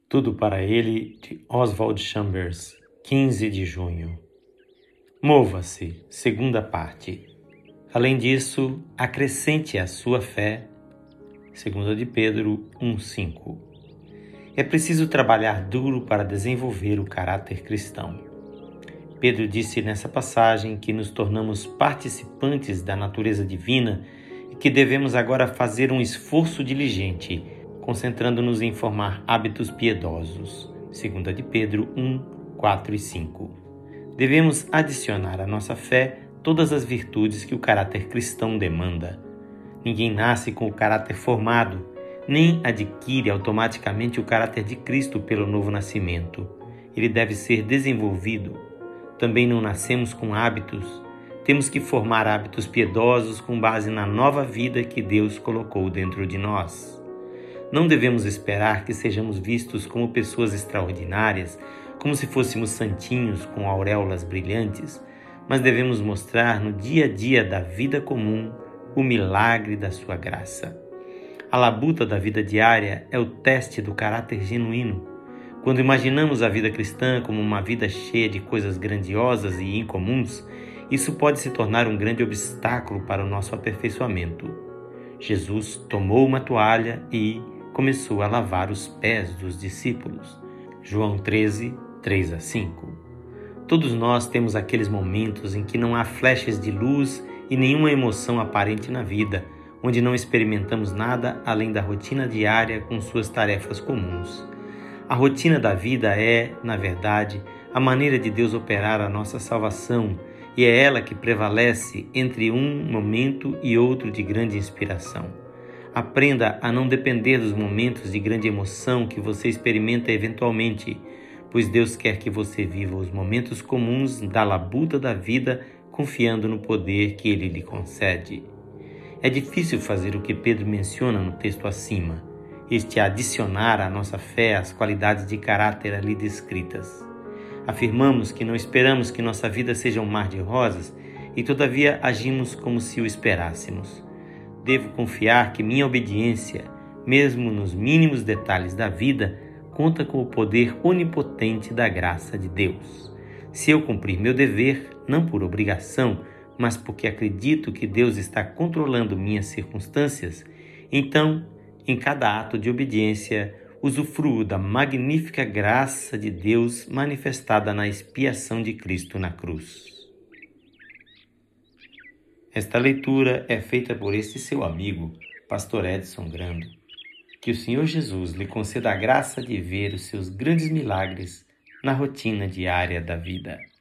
Tudo para ele, de Oswald Chambers, 15 de junho. Mova-se, segunda parte. Além disso, acrescente à sua fé, 2 de Pedro 1,5. É preciso trabalhar duro para desenvolver o caráter cristão. Pedro disse nessa passagem que nos tornamos participantes da natureza divina e que devemos agora fazer um esforço diligente, concentrando-nos em formar hábitos piedosos. 2 de Pedro 1, 4 e 5. Devemos adicionar à nossa fé todas as virtudes que o caráter cristão demanda. Ninguém nasce com o caráter formado, nem adquire automaticamente o caráter de Cristo pelo novo nascimento. Ele deve ser desenvolvido. Também não nascemos com hábitos. Temos que formar hábitos piedosos com base na nova vida que Deus colocou dentro de nós. Não devemos esperar que sejamos vistos como pessoas extraordinárias, como se fôssemos santinhos com auréolas brilhantes, mas devemos mostrar no dia a dia da vida comum o milagre da sua graça. A labuta da vida diária é o teste do caráter genuíno. Quando imaginamos a vida cristã como uma vida cheia de coisas grandiosas e incomuns, isso pode se tornar um grande obstáculo para o nosso aperfeiçoamento. Jesus tomou uma toalha e começou a lavar os pés dos discípulos. João 13, 3 a 5. Todos nós temos aqueles momentos em que não há flechas de luz e nenhuma emoção aparente na vida, onde não experimentamos nada além da rotina diária com suas tarefas comuns. A rotina da vida é, na verdade, a maneira de Deus operar a nossa salvação, e é ela que prevalece entre um momento e outro de grande inspiração. Aprenda a não depender dos momentos de grande emoção que você experimenta eventualmente, pois Deus quer que você viva os momentos comuns da labuta da vida, confiando no poder que Ele lhe concede. É difícil fazer o que Pedro menciona no texto acima, este adicionar à nossa fé as qualidades de caráter ali descritas. Afirmamos que não esperamos que nossa vida seja um mar de rosas e todavia agimos como se o esperássemos. Devo confiar que minha obediência, mesmo nos mínimos detalhes da vida, conta com o poder onipotente da graça de Deus. Se eu cumprir meu dever, não por obrigação, mas porque acredito que Deus está controlando minhas circunstâncias, então, em cada ato de obediência, usufruo da magnífica graça de Deus manifestada na expiação de Cristo na cruz. Esta leitura é feita por este seu amigo, Pastor Edson Grando. Que o Senhor Jesus lhe conceda a graça de ver os seus grandes milagres na rotina diária da vida.